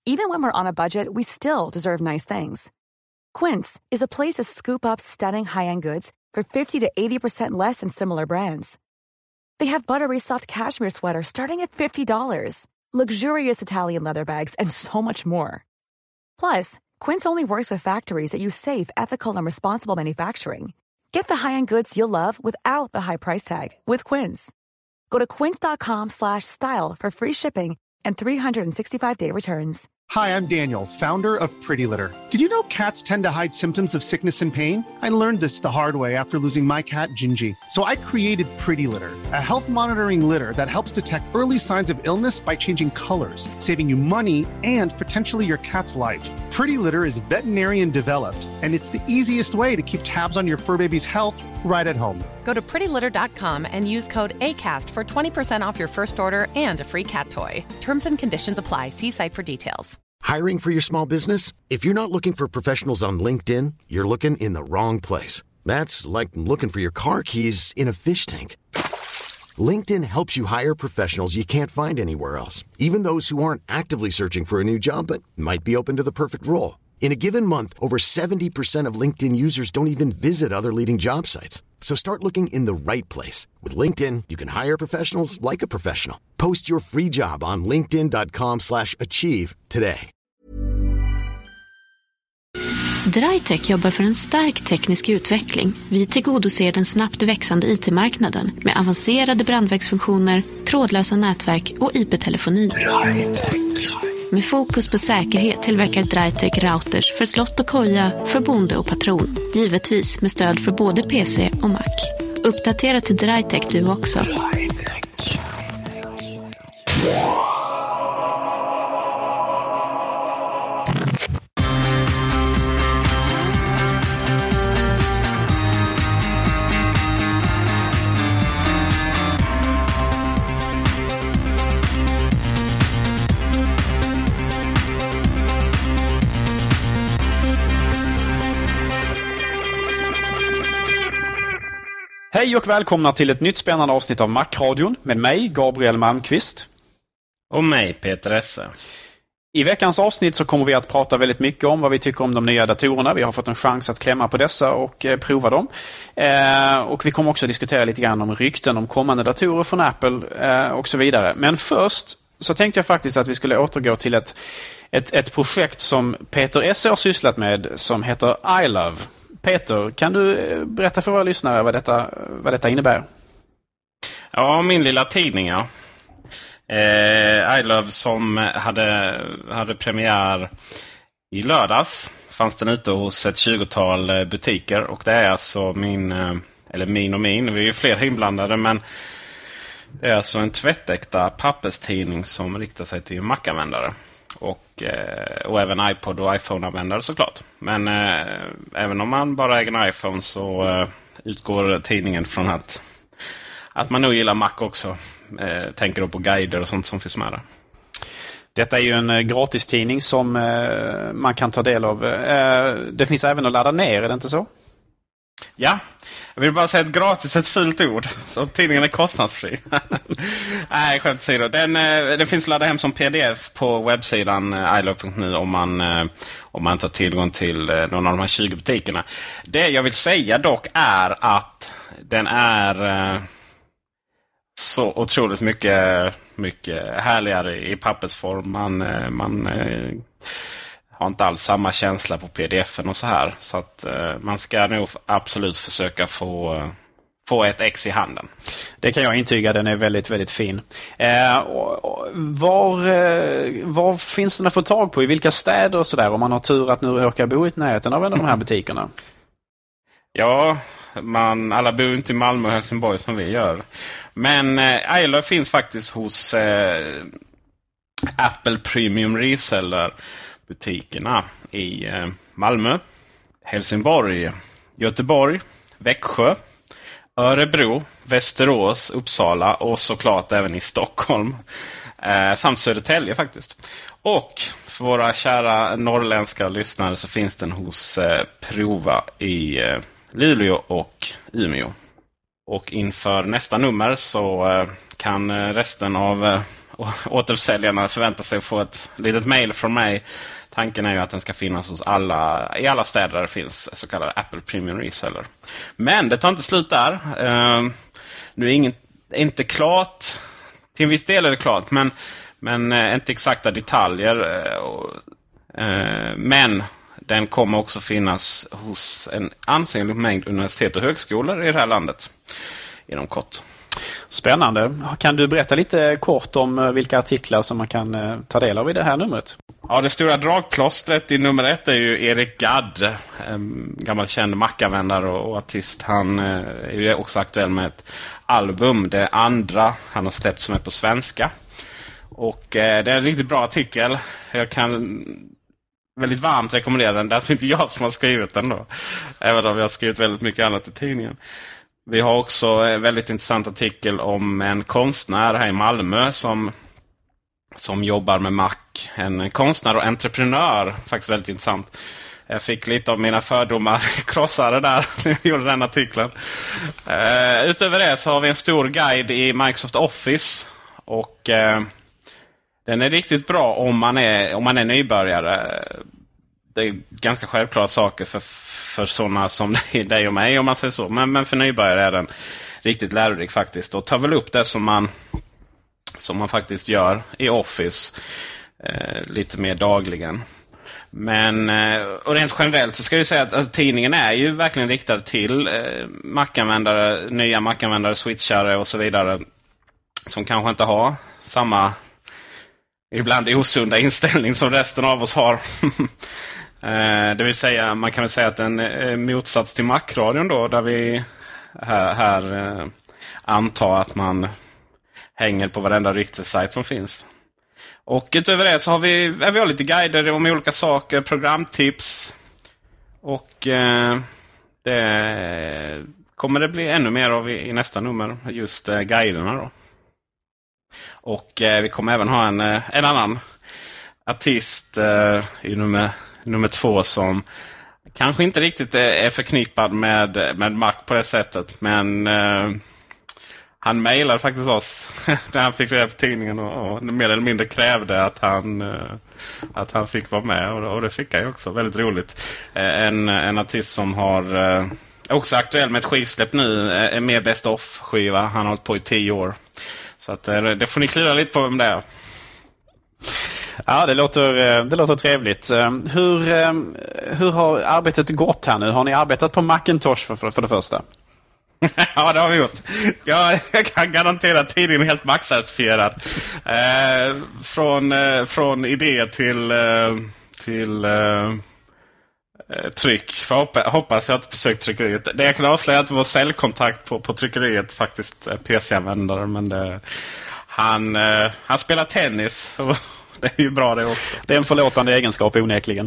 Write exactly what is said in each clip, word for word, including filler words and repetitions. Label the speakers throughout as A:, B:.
A: Even when we're on a budget, we still deserve nice things. Quince is a place to scoop up stunning high-end goods for fifty to eighty percent less than similar brands. They have buttery soft cashmere sweaters starting at fifty dollars, luxurious Italian leather bags, and so much more. Plus, Quince only works with factories that use safe, ethical, and responsible manufacturing. Get the high-end goods you'll love without the high price tag with Quince. Go to quince.com slash style for free shipping and three sixty-five day returns.
B: Hi, I'm Daniel, founder of Pretty Litter. Did you know cats tend to hide symptoms of sickness and pain? I learned this the hard way after losing my cat, Gingy. So I created Pretty Litter, a health monitoring litter that helps detect early signs of illness by changing colors, saving you money and potentially your cat's life. Pretty Litter is veterinarian developed, and it's the easiest way to keep tabs on your fur baby's health right at home.
C: Go to pretty litter dot com and use code ACAST for twenty percent off your first order and a free cat toy. Terms and conditions apply. See site for details.
D: Hiring for your small business? If you're not looking for professionals on LinkedIn, you're looking in the wrong place. That's like looking for your car keys in a fish tank. LinkedIn helps you hire professionals you can't find anywhere else, even those who aren't actively searching for a new job but might be open to the perfect role. In a given month, over seventy percent of LinkedIn users don't even visit other leading job sites. So start looking in the right place. With LinkedIn, you can hire professionals like a professional. Post your free job on linkedin dot com slash achieve today.
E: Drytech jobbar för en stark teknisk utveckling. Vi tillgodoser den snabbt växande I T-marknaden med avancerade brandvägsfunktioner, trådlösa nätverk och I P-telefoni. Med fokus på säkerhet tillverkar Drytech routers för slott och koja, för bonde och patron. Givetvis med stöd för både P C och Mac. Uppdatera till Drytech du också.
F: Hej och välkomna till ett nytt spännande avsnitt av Mac-radion med mig, Gabriel Malmqvist.
G: Och mig, Peter Esse.
F: I veckans avsnitt så kommer vi att prata väldigt mycket om vad vi tycker om de nya datorerna. Vi har fått en chans att klämma på dessa och eh, prova dem. Eh, och vi kommer också diskutera lite grann om rykten om kommande datorer från Apple eh, och så vidare. Men först så tänkte jag faktiskt att vi skulle återgå till ett, ett, ett projekt som Peter Esse har sysslat med som heter iLove. Peter, kan du berätta för våra lyssnare vad detta, vad detta innebär?
G: Ja, min lilla tidning, ja. Eh, iLove som hade, hade premiär i lördags. Fanns den ute hos ett tjugotal butiker. Och det är alltså min, eller min och min, vi är ju fler inblandade, men det är alltså en tvättäkta papperstidning som riktar sig till Mac-användare. Och, eh, och även iPod och iPhone-användare såklart. Men eh, även om man bara äger en iPhone så eh, utgår tidningen från att, att man nog gillar Mac också. Eh, tänker då på guider och sånt som finns med där.
F: Detta är ju en eh, gratistidning som eh, man kan ta del av. Eh, det finns även att ladda ner, är det inte så?
G: Ja, jag vill bara säga att gratis är ett fult ord. Så tidningen är kostnadsfri. Nej, skämt åsido. Den, den finns att ladda hem som P D F på webbsidan ilove punkt nu om man, om man tar tillgång till någon av de här tjugo butikerna. Det jag vill säga dock är att den är så otroligt mycket, mycket härligare i pappersform. Man... man har inte alls samma känsla på P D F-en och så här. Så att eh, man ska nog absolut försöka få, eh, få ett ex i handen.
F: Det kan jag intyga, den är väldigt, väldigt fin. Eh, och, och, var, eh, var finns den att få tag på? I vilka städer och sådär? Om man har tur att nu råkar bo i närheten av en av de här butikerna.
G: Ja, man, alla bor inte i Malmö och Helsingborg som vi gör. Men eh, iLove finns faktiskt hos eh, Apple Premium Reseller butikerna i Malmö, Helsingborg, Göteborg, Växjö, Örebro, Västerås, Uppsala och såklart även i Stockholm eh, samt Södertälje faktiskt. Och för våra kära norrländska lyssnare så finns den hos eh, Prova i eh, Luleå och Umeå. Och inför nästa nummer så eh, kan resten av, återförsäljarna förväntar sig att få ett litet mejl från mig. Tanken är ju att den ska finnas hos alla, i alla städer där det finns så kallade Apple Premium Reseller. Men det tar inte slut där. Uh, nu är inget, inte klart. Till en viss del är det klart, men, men uh, inte exakta detaljer. Uh, uh, men den kommer också finnas hos en ansenlig mängd universitet och högskolor i det här landet inom kort.
F: Spännande. Kan du berätta lite kort om vilka artiklar som man kan ta del av i det här numret?
G: Ja, det stora dragplåstret i nummer ett är ju Eric Gadd, en gammal känd Mac-användare och artist. Han är ju också aktuell med ett album, det andra han har släppt som är på svenska. Och det är en riktigt bra artikel. Jag kan väldigt varmt rekommendera den. Det är alltså inte jag som har skrivit den då, även om jag har skrivit väldigt mycket annat i tidningen. Vi har också en väldigt intressant artikel om en konstnär här i Malmö som, som jobbar med Mac. En konstnär och entreprenör, faktiskt väldigt intressant. Jag fick lite av mina fördomar krossade där när jag gjorde den artikeln. Uh, utöver det så har vi en stor guide i Microsoft Office. Och uh, den är riktigt bra om man är, om man är nybörjare. Det är ganska självklara saker för, för sådana som dig och mig, om man säger så. Men, men för nybörjare är den riktigt lärorik faktiskt. Och tar väl upp det som man, som man faktiskt gör i Office eh, lite mer dagligen. Men eh, och rent generellt så ska vi säga att alltså, tidningen är ju verkligen riktad till eh, Mac-användare, nya Mac-användare, switchare och så vidare. Som kanske inte har samma ibland osunda inställning som resten av oss har. eh, det vill säga, man kan väl säga att en eh, motsats till Mac-radion då, där vi här, här eh, antar att man hänger på varenda ryktessajt som finns. Och utöver det så har vi, är vi har lite guider om olika saker, programtips. Och eh, det kommer det bli ännu mer av i, i nästa nummer, just eh, guiderna då. Och eh, vi kommer även ha en, en annan artist eh, i nummer, nummer två som kanske inte riktigt är, är förknippad med, med Mac på det sättet. Men eh, han mejlade faktiskt oss när han fick reda på tidningen och, och mer eller mindre krävde att han, eh, att han fick vara med. Och, och det fick han också, väldigt roligt. Eh, en, en artist som har eh, också aktuell med ett skivsläpp nu, är med Best Of-skiva. Han har hållit på i tio år. Så att, det får ni klura lite på vem det är.
F: Ja, det låter, det låter trevligt. Hur, hur har arbetet gått här nu? Har ni arbetat på Macintosh för, för det första?
G: Ja, det har vi gjort. Jag, jag kan garantera att tidningen är helt Mac-certifierad. Eh, från, eh, från idé till, eh, till eh, tryck. För hoppa, hoppas jag att besökt tryckeriet. Det jag kan avslöja att det var säljkontakt på, på tryckeriet, faktiskt P C-användare. Men det, han, eh, han spelar tennis. Det är ju bra det också.
F: Det är en förlåtande egenskap onekligen.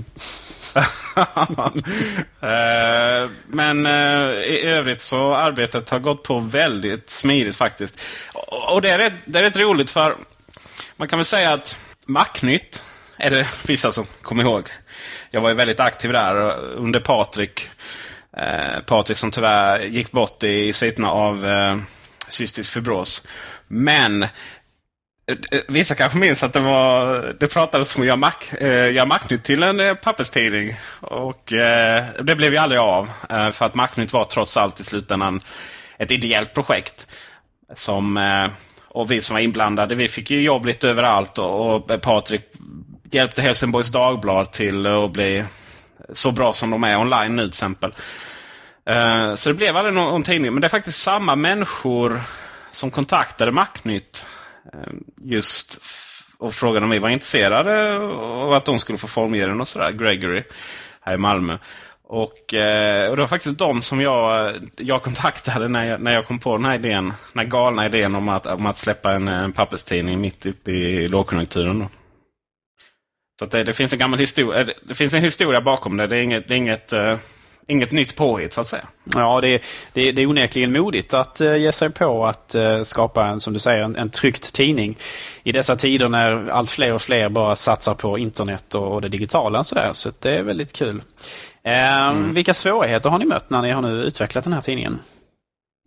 G: uh, men uh, i övrigt så arbetet har gått på väldigt smidigt faktiskt. Och, och det, är rätt, det är rätt roligt, för man kan väl säga att Mac-nytt är det vissa som kommer ihåg. Jag var ju väldigt aktiv där under Patrik. Uh, Patrik som tyvärr gick bort i, i sviterna av uh, cystisk fibros. Men vissa kanske minns att det var det pratades om att göra Mac, eh, göra Mac-nytt till en eh, papperstidning. Och eh, det blev ju aldrig av. Eh, för att Mac-nytt var trots allt i slutändan ett ideellt projekt. Som, eh, och vi som var inblandade, vi fick ju jobb lite överallt. Och, och Patrik hjälpte Helsingborgs Dagblad till att bli så bra som de är online nu till exempel. Eh, så det blev aldrig någon, någon tidning. Men det är faktiskt samma människor som kontaktade Mac-nytt just och frågade om vi var intresserade och att de skulle få formge den och sådär, Gregory här i Malmö. Och, eh, och det var faktiskt de som jag, jag kontaktade när jag, när jag kom på den här idén, den här galna idén om att, om att släppa en, en papperstidning mitt uppe i lågkonjunkturen då. Så att det, det finns en gammal historia, det finns en historia bakom det, det är inget, det är inget eh, Inget nytt påhitt så att säga.
F: Ja, det, det, det är onekligen modigt att uh, ge sig på att uh, skapa en, som du säger, en, en tryckt tidning i dessa tider när allt fler och fler bara satsar på internet och, och det digitala och sådär. Så det är väldigt kul. Uh, mm. Vilka svårigheter har ni mött när ni har nu utvecklat den här tidningen?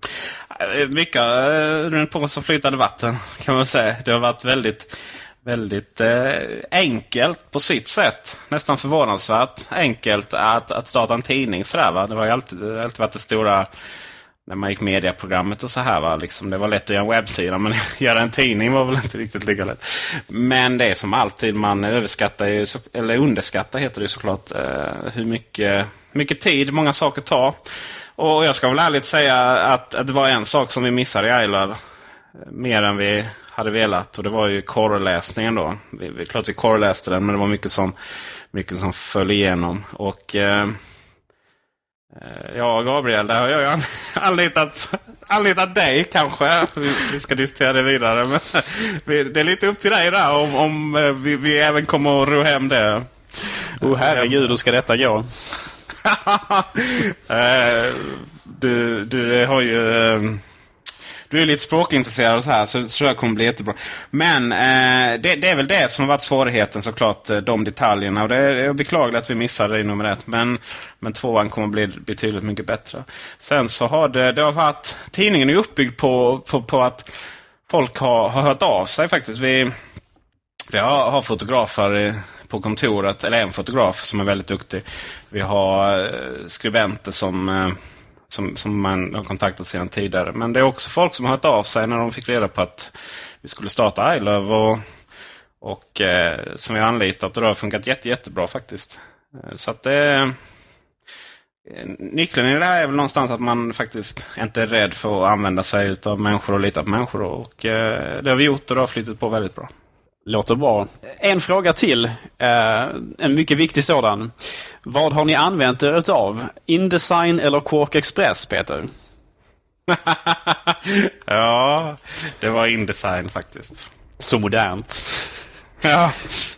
G: Mycket runt på som flytande vatten kan man säga. Det har varit väldigt, väldigt eh, enkelt på sitt sätt. Nästan förvånansvärt enkelt att, att starta en tidning sådär, va? Det var ju alltid, det har alltid varit det stora när man gick medieprogrammet och så här, va? Liksom, det var lätt att göra en webbsida, men göra en tidning var väl inte riktigt lika lätt. Men det är som alltid, man överskattar ju, eller underskattar heter det såklart, eh, hur mycket, mycket tid många saker tar. Och jag ska väl ärligt säga att, att det var en sak som vi missade i iLove mer än vi hade velat. Och det var ju korreläsningen då. Vi, vi, klart vi korreläste den, men det var mycket som, mycket som föll igenom. Och eh, ja, Gabriel, där har jag ju anlitat, anlitat dig kanske. Vi, vi ska diskutera det vidare. Men vi, det är lite upp till dig där om, om vi, vi även kommer att ro hem det.
F: Åh oh, herregud, hur ska detta gå?
G: du, du har ju du är lite språkintresserad och så här, så det tror jag kommer bli jättebra. Men eh, det, det är väl det som har varit svårigheten såklart, de detaljerna, och det är beklagligt att vi missade det i nummer ett, men, men tvåan kommer bli betydligt mycket bättre. Sen så har det, det har varit, tidningen är uppbyggd på, på, på att folk har, har hört av sig faktiskt. Vi, vi har, har fotografer på kontoret, eller en fotograf som är väldigt duktig. Vi har skribenter som, som, som man har kontaktat sedan tidigare. Men det är också folk som har hört av sig när de fick reda på att vi skulle starta iLove, och, och eh, som vi har anlitat, och det har funkat jätte, jättebra faktiskt. Så att det, nyckeln i det här är väl någonstans att man faktiskt inte är rädd för att använda sig av människor och lita på människor. Och eh, det har vi gjort, och det har flyttat på väldigt bra.
F: Låter bra. En fråga till. Eh, en mycket viktig sådan. Vad har ni använt er utav? InDesign eller Quark Express, Peter?
G: Ja, det var InDesign faktiskt.
F: Så modernt.
G: Ja,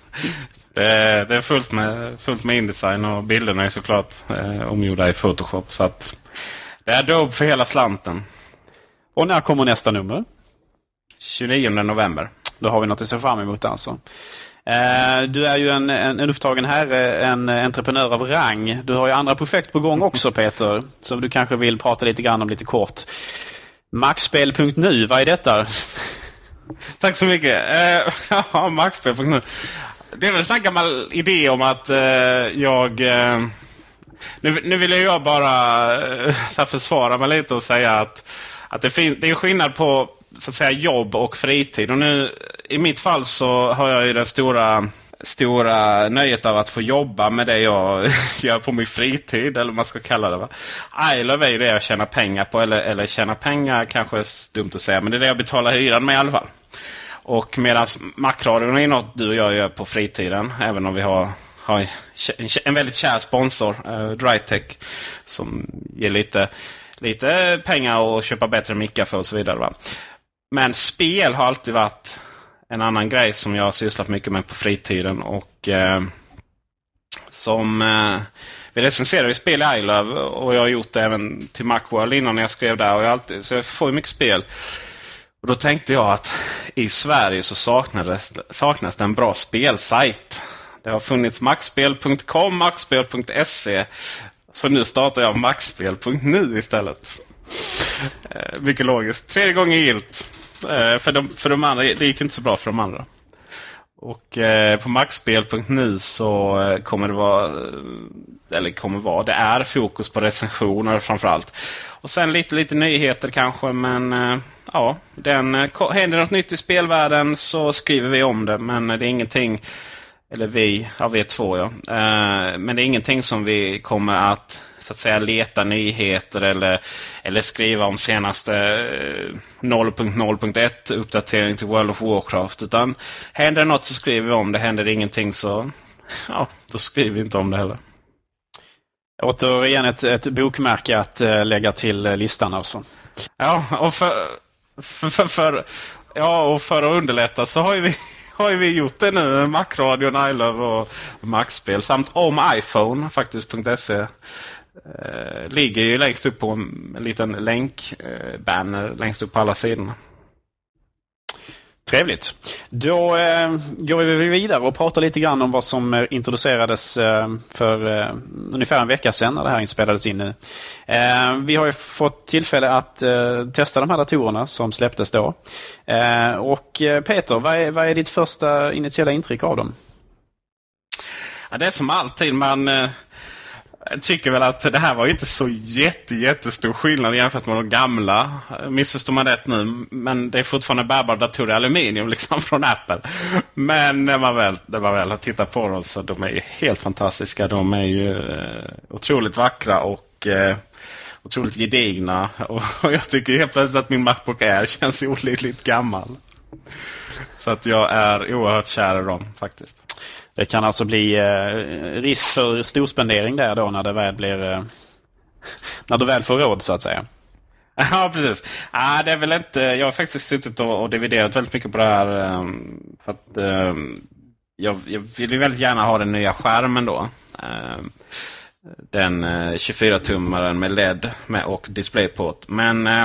G: det, det är fullt med, fullt med InDesign, och bilderna är såklart eh, omgjorda i Photoshop. Så att det är Adobe för hela slanten.
F: Och när kommer nästa nummer?
G: tjugonionde november.
F: Då har vi något att se fram emot alltså. Eh, du är ju en, en, en upptagen herre, en entreprenör av rang. Du har ju andra projekt på gång också, Peter, som du kanske vill prata lite grann om lite kort. Maxspel punkt nu, vad är detta?
G: Tack så mycket. Eh, ja, Maxspel punkt nu. Det är väl en gammal idé om att eh, jag... Eh, nu, nu vill jag bara eh, försvara mig lite och säga att, att det, fin- det är skillnad på så att säga jobb och fritid. Och nu i mitt fall så har jag ju det stora stora nöjet av att få jobba med det jag gör på min fritid, eller vad man ska kalla det, va. iLove är ju det jag tjänar pengar på, eller, eller tjänar pengar kanske är dumt att säga, men det är det jag betalar hyran med i alla fall. Och medan Macradion är något du och jag gör på fritiden, även om vi har, har en, en väldigt kär sponsor, uh, Drytech, som ger lite, lite pengar att köpa bättre mickar för och så vidare, va. Men spel har alltid varit en annan grej som jag har sysslat mycket med på fritiden, och eh, som eh, vi recenserar i spel i iLove, och jag har gjort det även till Macworld innan jag skrev där, och jag alltid, så jag får ju mycket spel. Och då tänkte jag att i Sverige så saknades, saknas det en bra spelsajt. Det har funnits maxspel punkt com, maxspel punkt se, så nu startar jag maxspel punkt nu istället. Eh, mycket logiskt. Tredje gången gilt. Eh, för, de, för de andra, det gick inte så bra för de andra. Och eh, på maxspel punkt nu så eh, kommer det vara, eller kommer vara, det är fokus på recensioner framförallt. Och sen lite, lite nyheter kanske, men eh, ja, den, eh, händer något nytt i spelvärlden så skriver vi om det, men det är ingenting, eller vi, ja vi är två ja, eh, men det är ingenting som vi kommer att så att säga leta nyheter eller, eller skriva om senaste noll punkt noll punkt ett uppdatering till World of Warcraft, utan händer något så skriver vi om det, händer ingenting så ja, då skriver vi inte om det heller.
F: Återigen ett, ett bokmärke att äh, lägga till äh, listan alltså.
G: Ja, och för, för, för, för, ja, och för att underlätta så har vi har vi gjort det nu, Macradion, iLove och Maxspel, samt om iPhone faktiskt .se. Uh, ligger ju längst upp på en, en liten länk uh, banner längst upp på alla sidorna.
F: Trevligt. Då eh, går vi vidare och pratar lite grann om vad som introducerades eh, för eh, ungefär en vecka sedan när det här inspelades in nu. Eh, vi har ju fått tillfälle att eh, testa de här datorerna som släpptes då. Eh, och eh, Peter, vad är, vad är ditt första initiala intryck av dem?
G: Ja, det är som alltid, man eh, tycker väl att det här var inte så jätte, jättestor skillnad jämfört med de gamla. Missförstår man rätt nu, men det är fortfarande bärbara datorer i aluminium liksom från Apple. Men när man väl, när man väl har tittat på dem så de är ju helt fantastiska. De är ju eh, otroligt vackra och eh, otroligt gedigna. Och, och jag tycker helt plötsligt att min MacBook Air känns olidligt gammal. Så att jag är oerhört kär i dem faktiskt.
F: Det kan alltså bli eh, risk för storspendering där då när det väl blir eh, när du väl får råd så att säga.
G: Ja, precis. Ah, det är väl inte, jag har faktiskt suttit och, och dividerat väldigt mycket på det här um, för att um, jag, jag vill ju väldigt gärna ha den nya skärmen då. Um, den uh, tjugofyra-tummaren med L E D med och DisplayPort. Men uh,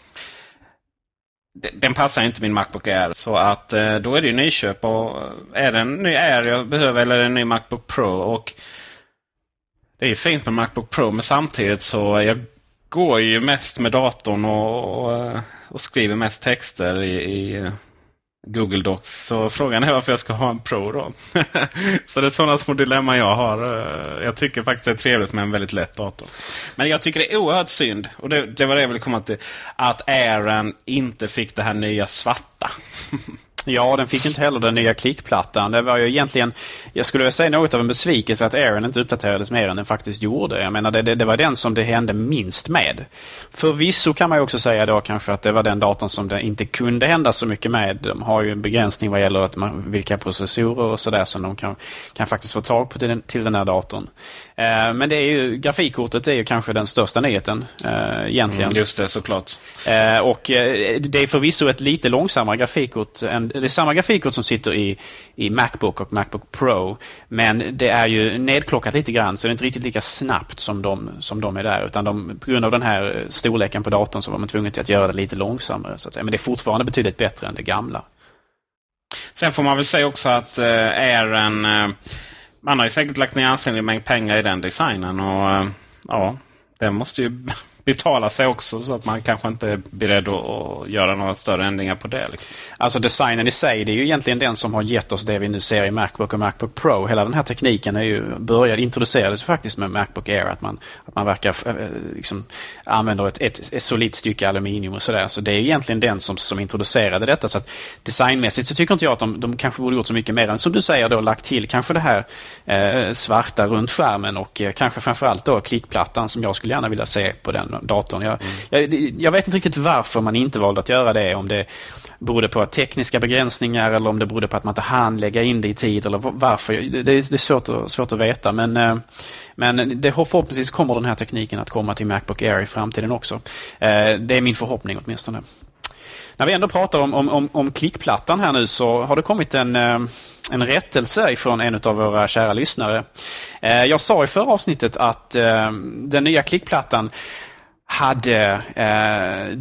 G: den passar inte min MacBook Air, så att eh, då är det ju nyköp, och är det en ny Air jag behöver eller en ny MacBook Pro, och det är ju fint med MacBook Pro, men samtidigt så jag går ju mest med datorn och, och, och skriver mest texter i, i Google Docs, så frågan är varför jag ska ha en Pro då. Så det är sådana små dilemma jag har. Jag tycker faktiskt det är trevligt med en väldigt lätt dator. Men jag tycker det är oerhört synd, och det, det var det jag ville komma till, att Airen inte fick det här nya svarta.
F: Ja, den fick inte heller den nya klickplattan. Det var ju egentligen, jag skulle vilja säga något av en besvikelse att Airen inte uppdaterades mer än den faktiskt gjorde. Jag menar, det, det, det var den som det hände minst med. Förvisso kan man ju också säga då kanske att det var den datorn som det inte kunde hända så mycket med. De har ju en begränsning vad gäller att man, vilka processorer och sådär som de kan, kan faktiskt få tag på till den, till den här datorn. Eh, men det är ju, grafikkortet är ju kanske den största nyheten eh, egentligen.
G: Mm, just det, såklart.
F: Eh, och eh, det är förvisso ett lite långsammare grafikkort än, det är samma grafikkort som sitter i, i Macbook och Macbook Pro, men det är ju nedklockat lite grann, så det är inte riktigt lika snabbt som de, som de är där, utan de, på grund av den här storleken på datorn så var man tvungen till att göra det lite långsammare så att säga. Men det är fortfarande betydligt bättre än det gamla.
G: Sen får man väl säga också att eh, Airen, eh, man har ju säkert lagt ner ansenlig mängd pengar i den designen, och eh, ja, den måste ju betala sig också, så att man kanske inte är beredd att göra några större ändringar på det. Liksom.
F: Alltså designen i sig, det är ju egentligen den som har gett oss det vi nu ser i Macbook och Macbook Pro. Hela den här tekniken är ju började introducerades faktiskt med Macbook Air, att man, att man verkar liksom använder ett, ett, ett solidt stycke aluminium och sådär. Så det är egentligen den som, som introducerade detta. Så att designmässigt så tycker inte jag att de, de kanske borde gjort så mycket mer än, som du säger då, lagt till kanske det här eh, svarta runt skärmen och eh, kanske framförallt då klickplattan som jag skulle gärna vilja se på den datorn. Jag, mm. jag, jag vet inte riktigt varför man inte valde att göra det, om det berodde på tekniska begränsningar eller om det berodde på att man inte hann lägga in det i tid, eller varför. Det är, det är svårt, att, svårt att veta, men, men det, förhoppningsvis kommer den här tekniken att komma till Macbook Air i framtiden också. Det är min förhoppning åtminstone. När vi ändå pratar om, om, om, om klickplattan här nu, så har det kommit en, en rättelse från en av våra kära lyssnare. Jag sa i förra avsnittet att den nya klickplattan hade eh,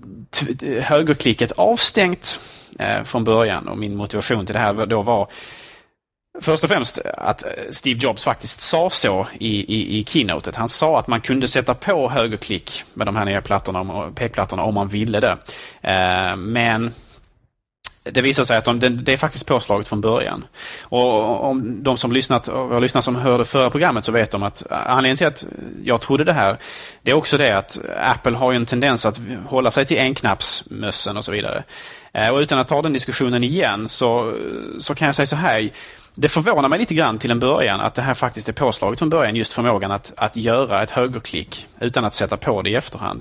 F: t- högerklicket avstängt eh, från början, och min motivation till det här då var först och främst att Steve Jobs faktiskt sa så i, i, i keynotet. Han sa att man kunde sätta på högerklick med de här nya plattorna, pekplattorna, om man ville det. Eh, men det visar sig att de, det, det är faktiskt påslaget från början. Och om de som lyssnat, och lyssnat som hörde förra programmet, så vet de att anledningen till att jag trodde det här, det är också det att Apple har ju en tendens att hålla sig till enknappsmössen och så vidare. Och utan att ta den diskussionen igen så, så kan jag säga så här: det förvånar mig lite grann till en början att det här faktiskt är påslaget från början, just förmågan att, att göra ett högerklick utan att sätta på det i efterhand.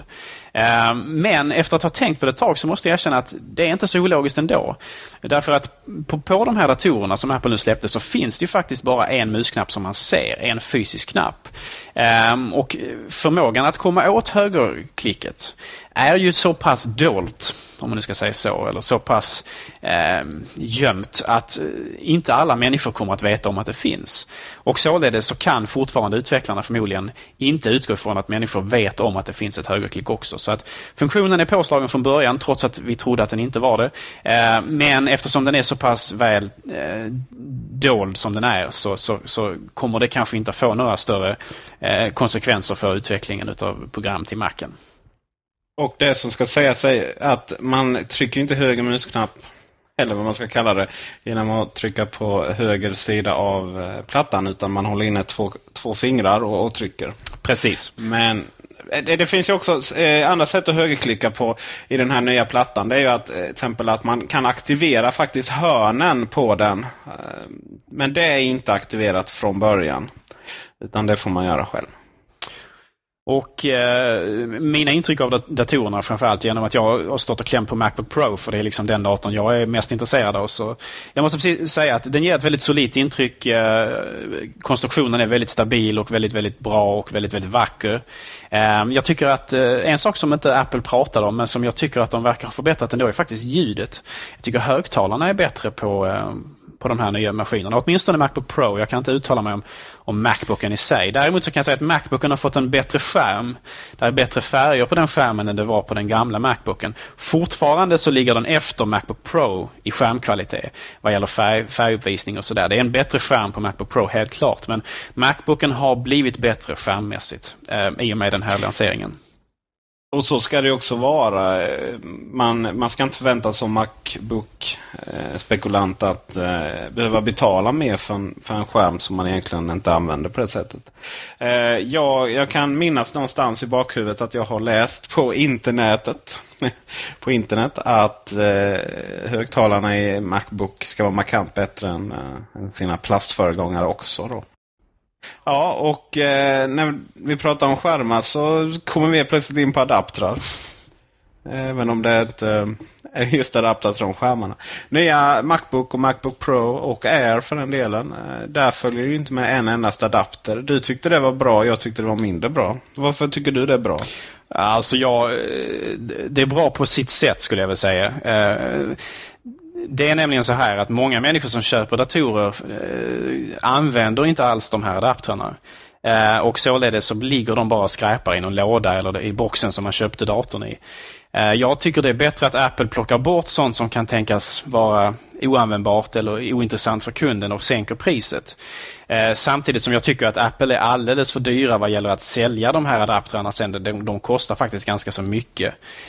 F: Men efter att ha tänkt på det ett tag så måste jag erkänna att det är inte så ologiskt ändå. Därför att på, på de här datorerna som Apple nu släppte så finns det ju faktiskt bara en musknapp som man ser, en fysisk knapp. Och förmågan att komma åt högerklicket är ju så pass dolt, om man nu ska säga så, eller så pass eh, gömt att inte alla människor kommer att veta om att det finns. Och således så kan fortfarande utvecklarna förmodligen inte utgå ifrån att människor vet om att det finns ett högerklick också. Så att funktionen är påslagen från början trots att vi trodde att den inte var det. Eh, men eftersom den är så pass väl eh, dold som den är så, så, så kommer det kanske inte få några större eh, konsekvenser för utvecklingen av program till Macen.
G: Och det som ska säga sig att man trycker inte höger musknapp, eller vad man ska kalla det, genom att trycka på höger sida av plattan, utan man håller inne två, två fingrar och, och trycker.
F: Precis.
G: Men det, det finns ju också eh, andra sätt att högerklicka på i den här nya plattan. Det är ju att, eh, till exempel att man kan aktivera faktiskt hörnen på den. Eh, men det är inte aktiverat från början, utan det får man göra själv.
F: Och eh, mina intryck av datorerna, framförallt genom att jag har stått och klämt på MacBook Pro, för det är liksom den datorn jag är mest intresserad av. Så jag måste precis säga att den ger ett väldigt solidt intryck. Eh, konstruktionen är väldigt stabil och väldigt, väldigt bra och väldigt, väldigt vacker. Eh, jag tycker att eh, en sak som inte Apple pratar om, men som jag tycker att de verkar ha förbättrat ändå, är faktiskt ljudet. Jag tycker högtalarna är bättre på... Eh, på de här nya maskinerna. Åtminstone Macbook Pro. Jag kan inte uttala mig om, om Macbooken i sig. Däremot så kan jag säga att Macbooken har fått en bättre skärm. Det är bättre färger på den skärmen än det var på den gamla Macbooken. Fortfarande så ligger den efter Macbook Pro i skärmkvalitet vad gäller färg, färguppvisning och sådär. Det är en bättre skärm på Macbook Pro, helt klart. Men Macbooken har blivit bättre skärmmässigt eh, i och med den här lanseringen.
G: Och så ska det också vara. Man, man ska inte förvänta sig som MacBook-spekulant att eh, behöva betala mer för en, för en skärm som man egentligen inte använder på det sättet. Eh, jag, jag kan minnas någonstans i bakhuvudet att jag har läst på internetet, på internet att eh, högtalarna i MacBook ska vara markant bättre än, eh, än sina plastföregångare också då. Ja, och eh, när vi pratar om skärmar så kommer vi plötsligt in på adaptrar. Även om det är inte är just adaptrar till de skärmarna. Nya Macbook och Macbook Pro och Air för den delen. Eh, där följer ju inte med en endast adapter. Du tyckte det var bra, jag tyckte det var mindre bra. Varför tycker du det är bra?
F: Alltså jag, det är bra på sitt sätt, skulle jag väl säga. Eh, Det är nämligen så här att många människor som köper datorer eh, använder inte alls de här adapterna. Eh, och således så ligger de bara skräpar i någon låda eller i boxen som man köpte datorn i. Eh, jag tycker det är bättre att Apple plockar bort sånt som kan tänkas vara oanvändbart eller ointressant för kunden och sänker priset. Eh, samtidigt som jag tycker att Apple är alldeles för dyra vad gäller att sälja de här adapterna sen. De, de kostar faktiskt ganska så mycket.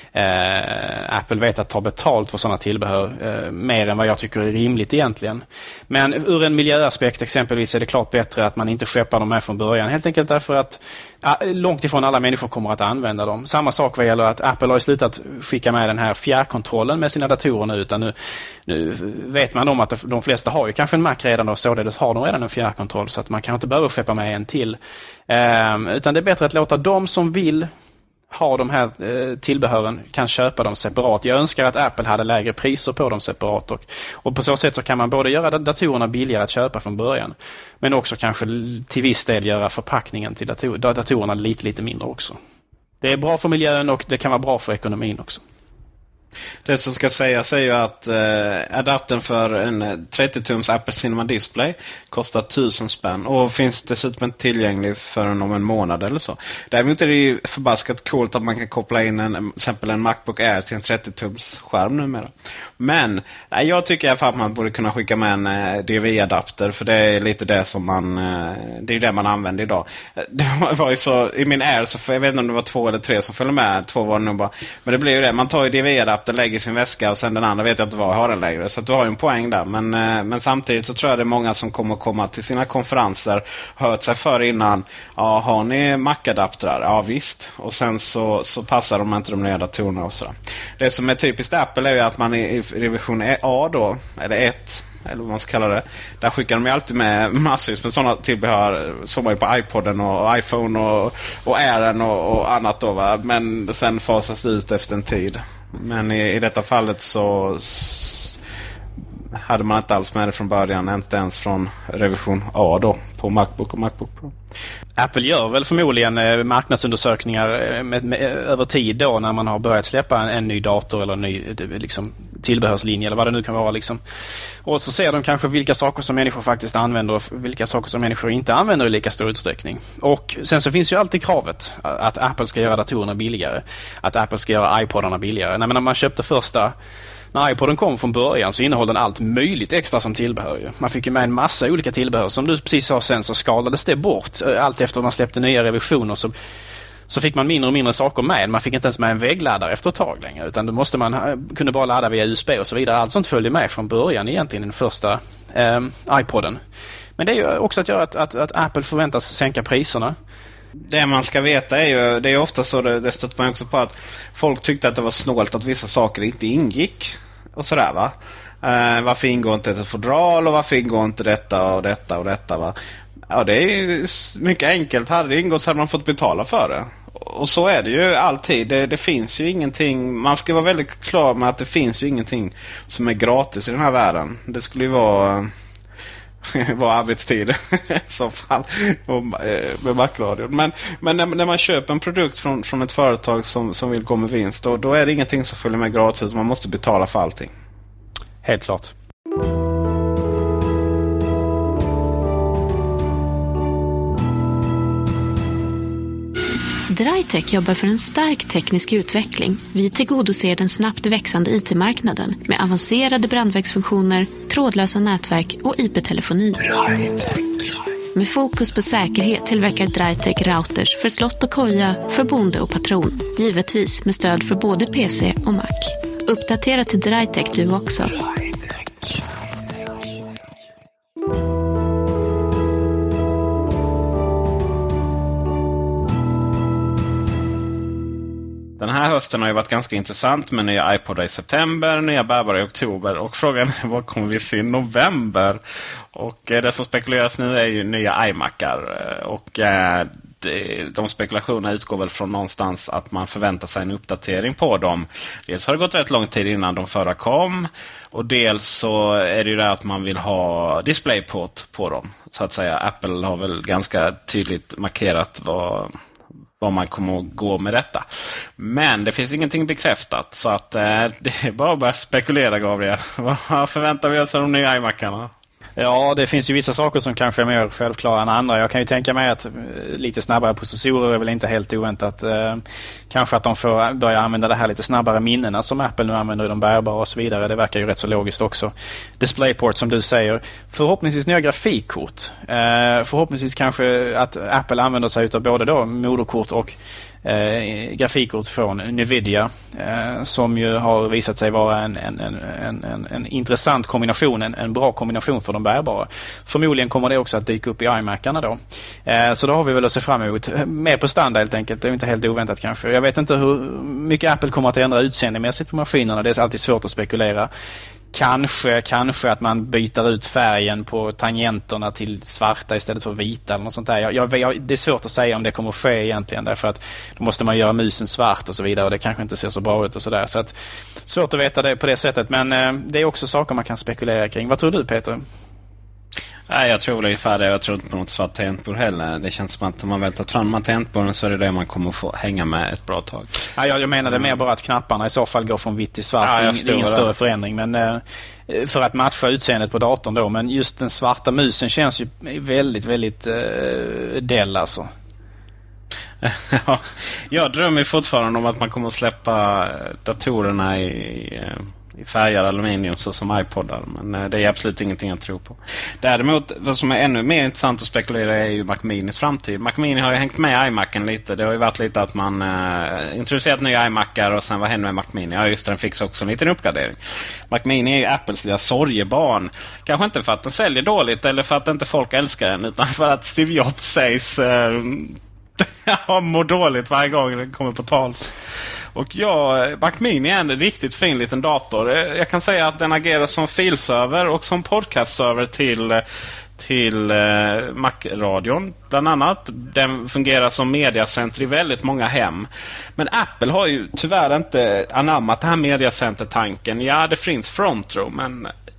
F: Eh, Apple vet att ta betalt för sådana tillbehör eh, mer än vad jag tycker är rimligt egentligen. Men ur en miljöaspekt exempelvis är det klart bättre att man inte skeppar dem med från början. Helt enkelt därför att ja, långt ifrån alla människor kommer att använda dem. Samma sak vad gäller att Apple har slutat skicka med den här fjärrkontrollen med sina datorer nu, utan nu, nu vet man om att de flesta har ju kanske en Mac redan och således har de redan en fjärrkontroll, så att man kan inte behöva skeppa med en till. Um, utan det är bättre att låta de som vill ha de här eh, tillbehören kan köpa dem separat. Jag önskar att Apple hade lägre priser på dem separat och, och på så sätt så kan man både göra datorerna billigare att köpa från början, men också kanske till viss del göra förpackningen till dator, datorerna lite lite mindre också. Det är bra för miljön och det kan vara bra för ekonomin också.
G: Det som ska sägas är ju att eh, adaptern för en trettio tums Apple Cinema Display kostar tusen spänn och finns dessutom inte tillgänglig förrän om en månad eller så. Däremot är det ju förbaskat coolt att man kan koppla in en, till exempel en MacBook Air till en trettio tums skärm numera. Men nej, jag tycker i alla fall att man borde kunna skicka med en eh, D V I-adapter, för det är lite det som man eh, det är det man använder idag. Det var ju så i min Air, så jag vet inte om det var två eller tre som följde med, två var det nog bara. Men det blir ju det, man tar ju D V I-adapter, lägger sin väska och sen den andra vet jag inte vad jag har den längre, så att du har ju en poäng där. Men, eh, men samtidigt så tror jag det är många som kommer att komma till sina konferenser, hört sig för innan, ja, har ni Mac-adaptrar? Ja visst. Och sen så, så passar de inte de nya datorerna och sådär. Det som är typiskt Apple är ju att man i, i revision A då, eller ett, eller vad man ska kalla det, där skickar de ju alltid med massvis med sådana tillbehör, som var ju på iPoden och iPhone och, och Airen och, och annat då, va? Men sen fasas ut efter en tid. Men i, i detta fallet så hade man inte alls med det från början, inte ens från revision A då på Macbook och Macbook Pro.
F: Apple gör väl förmodligen eh, marknadsundersökningar med, med, över tid då när man har börjat släppa en, en ny dator eller en ny liksom, tillbehörslinje eller vad det nu kan vara. Liksom. Och så ser de kanske vilka saker som människor faktiskt använder och vilka saker som människor inte använder i lika stor utsträckning. Och sen så finns ju alltid kravet att Apple ska göra datorerna billigare. Att Apple ska göra iPodarna billigare. Nej, men när man köpte första... När iPoden kom från början så innehåller den allt möjligt extra som tillbehör. Ju. Man fick ju med en massa olika tillbehör. Som du precis sa sen så skalades det bort. Allt efter att man släppte nya revisioner så, så fick man mindre och mindre saker med. Man fick inte ens med en väggladdare efter ett tag längre. Utan då måste man kunde bara ladda via U S B och så vidare. Allt sånt följde med från början egentligen den första eh, iPoden. Men det är ju också att göra att, att, att Apple förväntas sänka priserna.
G: Det man ska veta är ju, det är ofta så, det, det stöter man också på att folk tyckte att det var snålt att vissa saker inte ingick och sådär va. Eh, varför ingår inte ett fodral och varför ingår inte detta och detta och detta va. Ja, det är ju mycket enkelt. Hade det ingått så hade man fått betala för det. Och så är det ju alltid. Det, det finns ju ingenting, man ska vara väldigt klar med att det finns ju ingenting som är gratis i den här världen. Det skulle ju vara... var arbetstid i så fall med Mac-radion. Men, men när, när man köper en produkt från, från ett företag som, som vill gå med vinst då, då är det ingenting som följer med gratis. Man måste betala för allting.
F: Helt klart.
E: Drytech jobbar för en stark teknisk utveckling. Vi tillgodoser den snabbt växande I T-marknaden med avancerade brandvägsfunktioner, trådlösa nätverk och I P-telefoni. Med fokus på säkerhet tillverkar Drytech routers för slott och koja, för bonde och patron. Givetvis med stöd för både P C och Mac. Uppdatera till Drytech du också.
G: Den här hösten har ju varit ganska intressant med nya iPodar i september, nya bärbara i oktober och frågan är vad kommer vi se i november? Och det som spekuleras nu är ju nya iMacar och de spekulationerna utgår väl från någonstans att man förväntar sig en uppdatering på dem. Dels har det gått rätt lång tid innan de förra kom och dels så är det ju det att man vill ha DisplayPort på dem. Så att säga, Apple har väl ganska tydligt markerat vad... vad man kommer att gå med detta. Men det finns ingenting bekräftat så att eh, det är bara att börja spekulera, Gabriel. Vad förväntar vi oss av de nya iMacarna?
F: Ja, det finns ju vissa saker som kanske är mer självklara än andra. Jag kan ju tänka mig att lite snabbare processorer är väl inte helt oväntat. Eh, kanske att de får börja använda det här lite snabbare minnena som Apple nu använder i de bärbara och så vidare. Det verkar ju rätt så logiskt också. DisplayPort som du säger. Förhoppningsvis nya grafikkort. Eh, förhoppningsvis kanske att Apple använder sig av både då moderkort och Eh, grafikkort från Nvidia eh, som ju har visat sig vara en, en, en, en, en intressant kombination, en, en bra kombination för de bärbara. Förmodligen kommer det också att dyka upp i iMacarna då. Eh, så då har vi väl att se fram emot mer på standard helt enkelt. Det är inte helt oväntat kanske. Jag vet inte hur mycket Apple kommer att ändra utseendemässigt på maskinerna. Det är alltid svårt att spekulera. Kanske, kanske att man byter ut färgen på tangenterna till svarta istället för vita eller något sånt där. Jag, jag, det är svårt att säga om det kommer att ske egentligen därför att då måste man göra musen svart och så vidare och det kanske inte ser så bra ut och sådär. Så att, svårt att veta det på det sättet men eh, det är också saker man kan spekulera kring. Vad tror du, Peter?
G: Nej, jag tror ungefär det. Jag tror inte på något svart tangentbord heller. Det känns som att om man väl tar fram tangentborden så är det det man kommer få hänga med ett bra tag.
F: Ja, jag, jag menade mer bara att knapparna i så fall går från vitt till svart. Ja, det är ingen större förändring. Men eh, för att matcha utseendet på datorn då. Men just den svarta musen känns ju väldigt, väldigt eh, dell alltså.
G: Ja, jag drömmer fortfarande om att man kommer att släppa datorerna i... i färgad aluminium så som iPodar, men det är absolut ingenting jag tror på. Däremot, vad som är ännu mer intressant att spekulera är ju Mac Minis framtid. Mac Mini har ju hängt med iMacen lite. Det har ju varit lite att man uh, introducerat nya iMacar och sen vad händer med Mac Mini? Ja, just det, den fick också en liten uppgradering. Mac Mini är ju Apples lilla sorgebarn. Kanske inte för att den säljer dåligt eller för att inte folk älskar den, utan för att Steve Jobs sägs uh, mår dåligt varje gång den kommer på tal. Och ja, Mac Mini är en riktigt fin liten dator. Jag kan säga att den agerar som filserver och som podcastserver till, till eh, Mac-radion bland annat. Den fungerar som mediacenter i väldigt många hem. Men Apple har ju tyvärr inte anammat det här mediacenter-tanken. Ja, det finns Front Row, men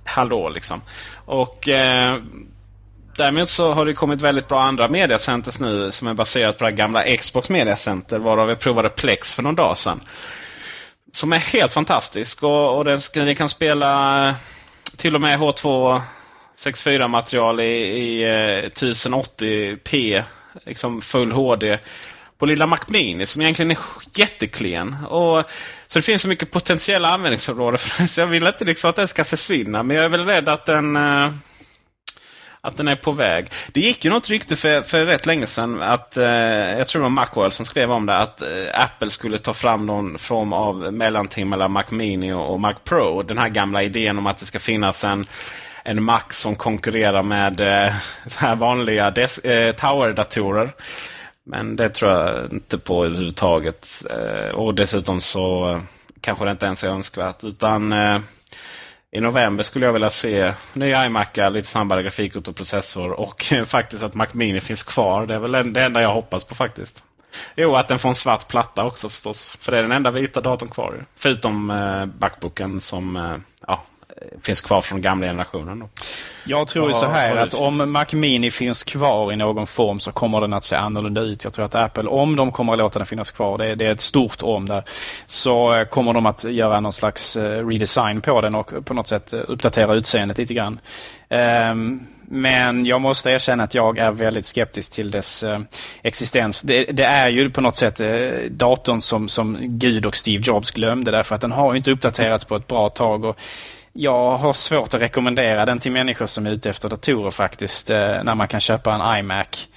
G: hallå liksom. Och eh, däremot så har det kommit väldigt bra andra mediacenters nu som är baserat på det gamla Xbox mediacenter, varav vi provade Plex för någon dag sedan. Som är helt fantastisk, och, och den, den kan spela till och med H två sextiofyra material i, i eh, tusen åttio p, liksom full H D på lilla Mac Mini som egentligen är jätteklen. Och så det finns så mycket potentiella användningsområden för det, så jag vill inte liksom att den ska försvinna, men jag är väl rädd att den eh, att den är på väg. Det gick ju något rykte för, för rätt länge sedan att eh, jag tror det var Macworld som skrev om det, att eh, Apple skulle ta fram någon form av mellanting mellan Mac Mini och, och Mac Pro. Den här gamla idén om att det ska finnas en en Mac som konkurrerar med eh, så här vanliga des- eh, Tower-datorer. Men det tror jag inte på överhuvudtaget. Eh, och dessutom så eh, kanske det inte ens är önskvärt. Utan eh, i november skulle jag vilja se nya iMacar, lite snabbare grafikkort och processor. Och eh, faktiskt att Mac Mini finns kvar. Det är väl det enda jag hoppas på faktiskt. Jo, att den får en svart platta också förstås. För det är den enda vita datorn kvar. Förutom eh, Backbooken som... Eh, ja, finns kvar från gamla generationen då.
F: Jag tror ju så här att om Mac Mini finns kvar i någon form så kommer den att se annorlunda ut. Jag tror att Apple, om de kommer att låta den finnas kvar, det är, det är ett stort om där, så kommer de att göra någon slags redesign på den och på något sätt uppdatera utseendet lite grann. Um, men jag måste erkänna att jag är väldigt skeptisk till dess uh, existens. Det, det är ju på något sätt uh, datorn som, som Gud och Steve Jobs glömde, därför att den har ju inte uppdaterats på ett bra tag, och jag har svårt att rekommendera den till människor som är ute efter datorer faktiskt, när man kan köpa en iMac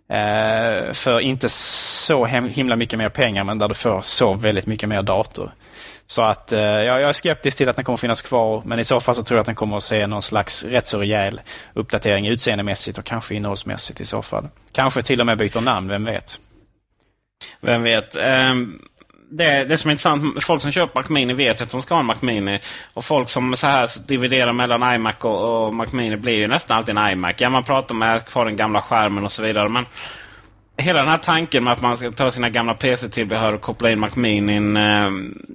F: för inte så himla mycket mer pengar, men där du får så väldigt mycket mer dator. Så att jag är skeptisk till att den kommer finnas kvar, men i så fall så tror jag att den kommer att se någon slags rätt så rejäl uppdatering utseendemässigt och kanske innehållsmässigt i så fall. Kanske till och med byter namn, vem vet?
G: Vem vet? Um... Det, det som är intressant, folk som köper Mac Mini vet att de ska ha en Mac Mini, och folk som så här dividerar mellan iMac och, och Mac Mini blir ju nästan alltid en iMac. Ja, man pratar med kvar den gamla skärmen och så vidare, men hela den här tanken med att man ska ta sina gamla P C-tillbehör och koppla in Mac Mini, eh,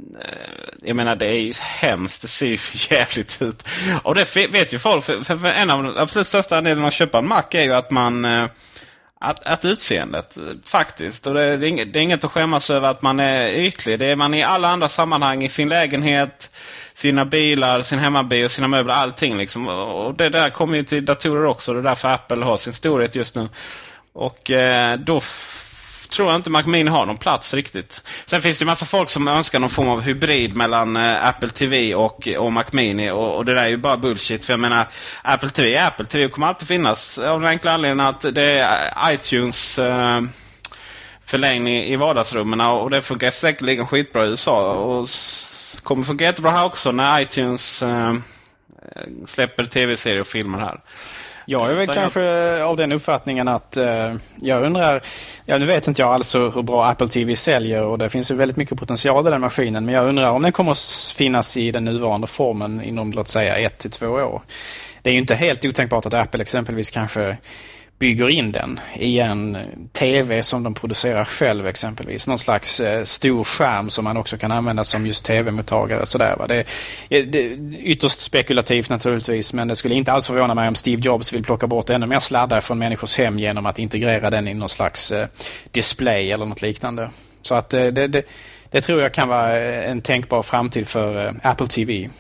G: jag menar, det är ju hemskt, det ser ju jävligt ut. Och det vet ju folk, för, för en av de absolut största anledningarna att köpa en Mac är ju att man eh, Att, att utseendet faktiskt, och det, det, är inget, det är inget att skämmas över att man är ytlig. Det är man i alla andra sammanhang, i sin lägenhet, sina bilar, sin hemmabio, sina möbler, allting liksom. Och det där kommer ju till datorer också. Det är därför Apple har sin storhet just nu. Och eh, då f- tror jag inte Mac Mini har någon plats riktigt. Sen finns det en massa folk som önskar någon form av hybrid mellan eh, Apple T V och, och Mac Mini, och, och det där är ju bara bullshit. För jag menar, Apple T V Apple T V kommer alltid finnas, av den enkla anledningen att det är iTunes eh, förlängning i vardagsrummen, och det funkar säkerligen skitbra i U S A, och s- kommer funka jättebra här också när iTunes eh, släpper tv-serier och filmer här.
F: Jag är väl kanske av den uppfattningen att eh, jag undrar, ja, nu vet inte jag alltså hur bra Apple T V säljer, och det finns ju väldigt mycket potential i den maskinen, men jag undrar om den kommer att finnas i den nuvarande formen inom, låt säga, ett till två år. Det är ju inte helt otänkbart att Apple exempelvis kanske bygger in den i en tv som de producerar själv exempelvis. Någon slags eh, stor skärm som man också kan använda som just tv-mottagare. Sådär, va? Det, det är ytterst spekulativt naturligtvis, men det skulle inte alls förvåna mig om Steve Jobs vill plocka bort ännu mer sladdar från människors hem genom att integrera den i någon slags eh, display eller något liknande. Så att eh, det, det, det tror jag kan vara en tänkbar framtid för eh, Apple T V.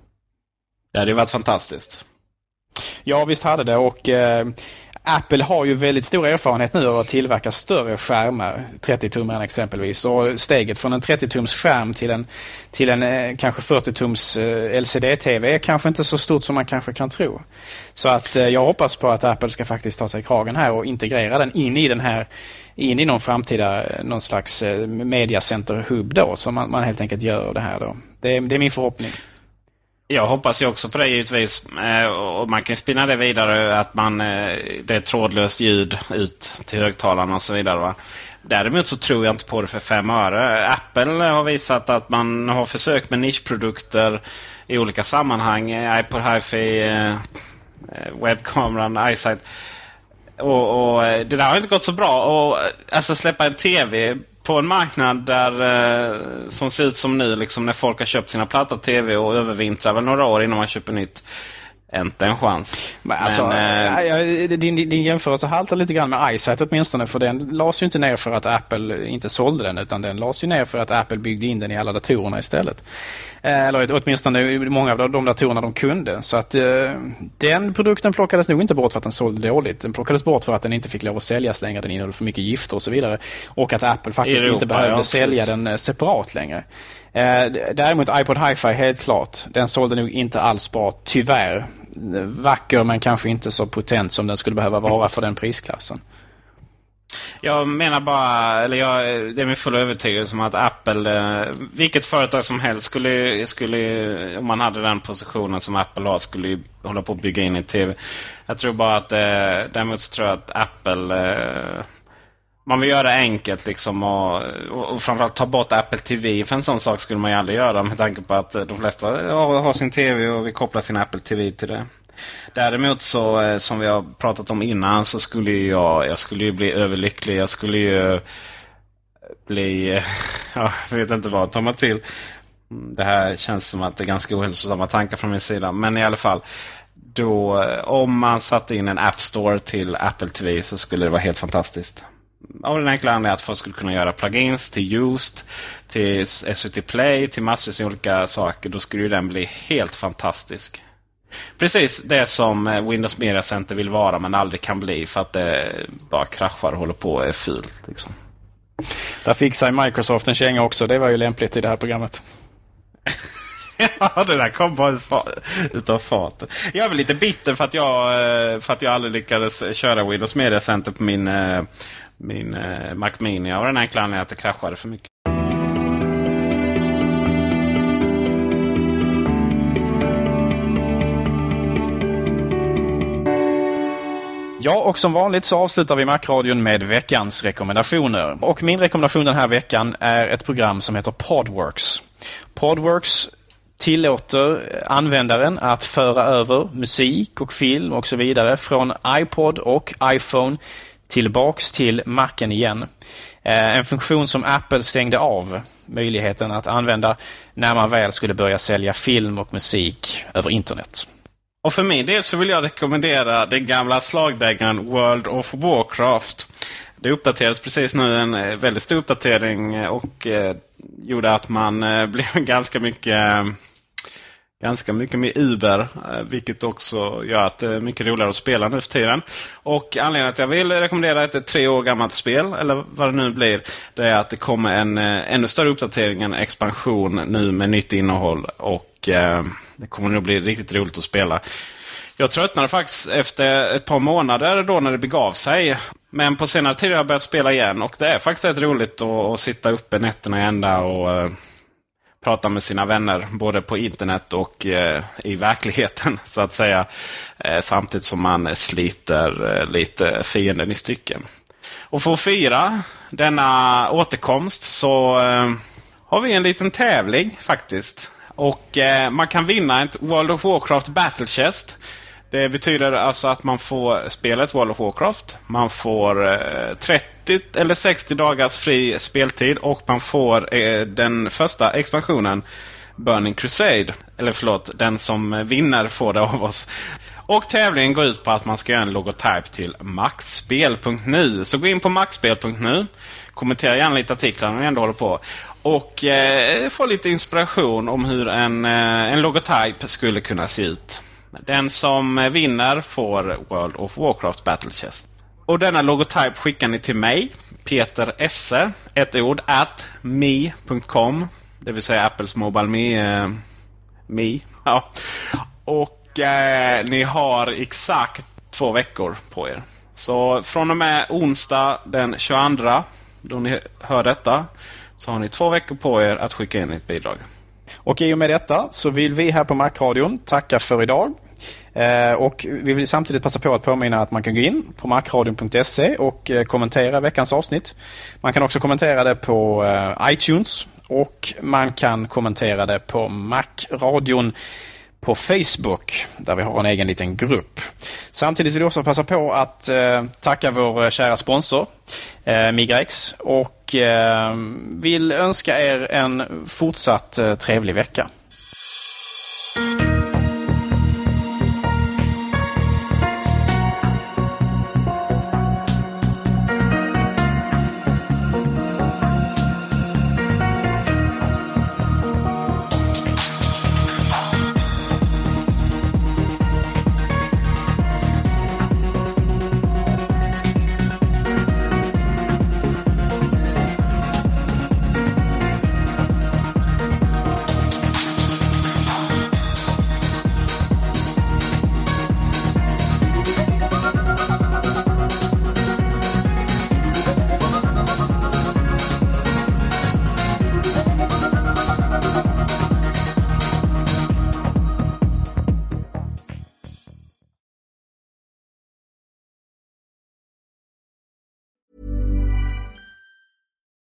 G: Ja, det har varit fantastiskt.
F: Ja, visst hade det, och eh, Apple har ju väldigt stor erfarenhet nu av att tillverka större skärmar, trettio-tummaren exempelvis, och steget från en trettio-tums skärm till en, till en eh, kanske fyrtio-tums eh, L C D-tv är kanske inte så stort som man kanske kan tro. Så att eh, jag hoppas på att Apple ska faktiskt ta sig i kragen här och integrera den in i den här, in i någon framtida, någon slags eh, mediacenter-hub då, så man, man helt enkelt gör det här då. Det är, det är min förhoppning.
G: Jag hoppas ju också på det givetvis, och man kan spinna det vidare att man, det är trådlöst ljud ut till högtalarna och så vidare, va? Däremot så tror jag inte på det för fem öre. Apple har visat att man har försökt med nischprodukter i olika sammanhang, iPod Hi-Fi, webbkameran, iSight, och, och det där har inte gått så bra. Och alltså släppa en tv på en marknad där eh, som ser ut som nu, liksom när folk har köpt sina platta tv och övervintrar väl några år innan man köper nytt. inte en chans.
F: Men, alltså, men, äh, ja, din, din jämförelse haltar lite grann med iSight åtminstone, för den lades ju inte ner för att Apple inte sålde den, utan den lades ju ner för att Apple byggde in den i alla datorerna istället. Eller åtminstone många av de datorerna de kunde. Så att eh, den produkten plockades nog inte bort för att den sålde dåligt. Den plockades bort för att den inte fick lov att säljas längre. Den innehöll för mycket gifter och så vidare. Och att Apple faktiskt Europa, inte behövde ja, sälja den separat längre. Eh, däremot iPod Hi-Fi, helt klart. Den sålde nog inte alls bra, tyvärr. Vacker men kanske inte så potent som den skulle behöva vara för den prisklassen.
G: Jag menar bara, eller jag, det är min fulla övertygelse om att Apple, vilket företag som helst skulle, skulle, om man hade den positionen som Apple har, skulle hålla på att bygga in i tv. Jag tror bara att, däremot så tror jag att Apple, man vill göra det enkelt liksom, och, och framförallt ta bort Apple T V. För en sån sak skulle man ju aldrig göra, med tanke på att de flesta har sin tv och vi kopplar sin Apple T V till det. Däremot så, som vi har pratat om innan, så skulle jag, jag skulle ju bli överlycklig. Jag skulle ju bli, ja, jag vet inte vad tar man till. Det här känns som att det är ganska ohälsosamma tankar från min sida. Men i alla fall, då, om man satte in en App Store till Apple T V, så skulle det vara helt fantastiskt. Av den enkla anledningen att folk skulle kunna göra plugins till Just, till S V T Play, till massor av olika saker. Då skulle ju den bli helt fantastisk. Precis det som Windows Media Center vill vara, men aldrig kan bli, för att det bara kraschar och håller på och är ful liksom.
F: Där fixar Microsoft en känga också. Det var ju lämpligt i det här programmet.
G: Ja, det där kom bara utav fat. Jag är väl lite bitter för att jag för att jag aldrig lyckades köra Windows Media Center på min min Mac Mini, och den enkla anledningen att det kraschade för mycket.
F: Ja, och som vanligt så avslutar vi Mac-radion med veckans rekommendationer. Och min rekommendation den här veckan är ett program som heter Podworks. Podworks tillåter användaren att föra över musik och film och så vidare från iPod och iPhone tillbaks till Macen igen. En funktion som Apple stängde av möjligheten att använda när man väl skulle börja sälja film och musik över internet.
G: Och för min del så vill jag rekommendera den gamla slagdängaren World of Warcraft. Det uppdaterades precis nu, en väldigt stor uppdatering, och eh, gjorde att man eh, blev ganska mycket eh, ganska mycket med Uber, eh, vilket också gör att det är mycket roligare att spela nu för tiden. Och anledningen att jag vill rekommendera ett tre år gammalt spel, eller vad det nu blir, det är att det kommer en eh, ännu större uppdatering, en expansion nu med nytt innehåll, och eh, det kommer nog bli riktigt roligt att spela. Jag tröttnade faktiskt efter ett par månader då när det begav sig. Men på senare tid har jag börjat spela igen. Och det är faktiskt rätt roligt att, att sitta uppe nätterna i ända och uh, prata med sina vänner. Både på internet och uh, i verkligheten, så att säga. Uh, samtidigt som man sliter uh, lite fienden i stycken. Och för att fira denna återkomst så uh, har vi en liten tävling faktiskt. Och eh, man kan vinna ett World of Warcraft Battle Chest. Det betyder alltså att man får spela ett World of Warcraft. Man får eh, trettio eller sextio dagars fri speltid. Och man får eh, den första expansionen, Burning Crusade. Eller förlåt, den som vinner får det av oss. Och tävlingen går ut på att man ska göra en logotyp till maxspel punkt nu. Så gå in på maxspel punkt nu. Kommentera gärna lite artiklar när vi ändå håller på. Och eh, få lite inspiration om hur en, eh, en logotyp skulle kunna se ut. Den som vinner får World of Warcraft Battle Chest. Och denna logotyp skickar ni till mig, Peter Esse, ett ord, at me punkt com. Det vill säga Apples Mobile Me. Eh, me. Ja. Och eh, ni har exakt två veckor på er. Så från och med onsdag den tjugoandra, då ni hör detta, så har ni två veckor på er att skicka in ett bidrag.
F: Och i och med detta så vill vi här på Mac-radion tacka för idag. Eh, och vi vill samtidigt passa på att påminna att man kan gå in på macradion punkt se och eh, kommentera veckans avsnitt. Man kan också kommentera det på eh, iTunes, och man kan kommentera det på Mac-radion på Facebook, där vi har en egen liten grupp. Samtidigt vill vi också passa på att eh, tacka vår kära sponsor eh, Migrax, och eh, vill önska er en fortsatt eh, trevlig vecka.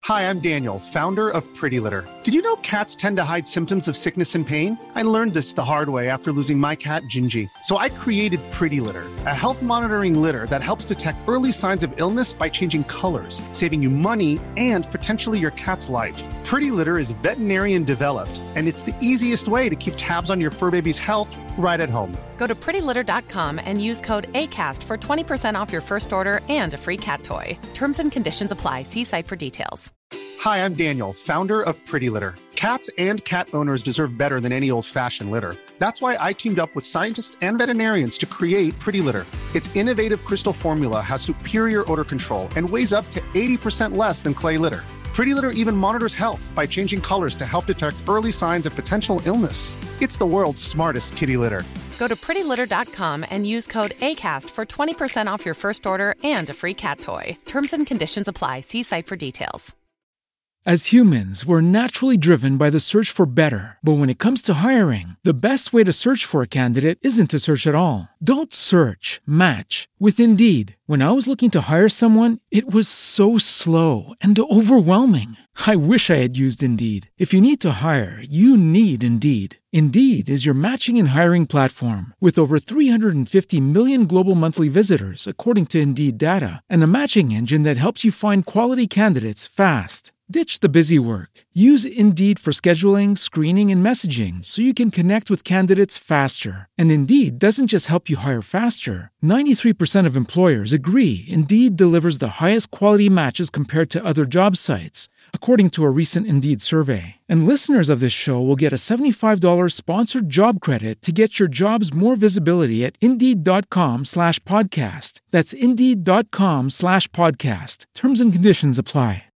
B: Hi, I'm Daniel, founder of Pretty Litter. Did you know cats tend to hide symptoms of sickness and pain? I learned this the hard way after losing my cat, Gingy. So I created Pretty Litter, a health monitoring litter that helps detect early signs of illness by changing colors, saving you money and potentially your cat's life. Pretty Litter is veterinarian developed, and it's the easiest way to keep tabs on your fur baby's health right at home.
C: Go to pretty litter dot com and use code ACAST for twenty percent off your first order and a free cat toy. Terms and conditions apply. See site for details.
B: Hi, I'm Daniel, founder of Pretty Litter. Cats and cat owners deserve better than any old-fashioned litter. That's why I teamed up with scientists and veterinarians to create Pretty Litter. Its innovative crystal formula has superior odor control and weighs up to eighty percent less than clay litter. Pretty Litter even monitors health by changing colors to help detect early signs of potential illness. It's the world's smartest kitty litter.
C: Go to pretty litter dot com and use code ACAST for twenty percent off your first order and a free cat toy. Terms and conditions apply. See site for details.
H: As humans, we're naturally driven by the search for better. But when it comes to hiring, the best way to search for a candidate isn't to search at all. Don't search, match with Indeed. When I was looking to hire someone, it was so slow and overwhelming. I wish I had used Indeed. If you need to hire, you need Indeed. Indeed is your matching and hiring platform with over three hundred fifty million global monthly visitors, according to Indeed data, and a matching engine that helps you find quality candidates fast. Ditch the busy work. Use Indeed for scheduling, screening, and messaging so you can connect with candidates faster. And Indeed doesn't just help you hire faster. ninety-three percent of employers agree Indeed delivers the highest quality matches compared to other job sites, according to a recent Indeed survey. And listeners of this show will get a seventy-five dollars sponsored job credit to get your jobs more visibility at Indeed.com slash podcast. That's Indeed.com slash podcast. Terms and conditions apply.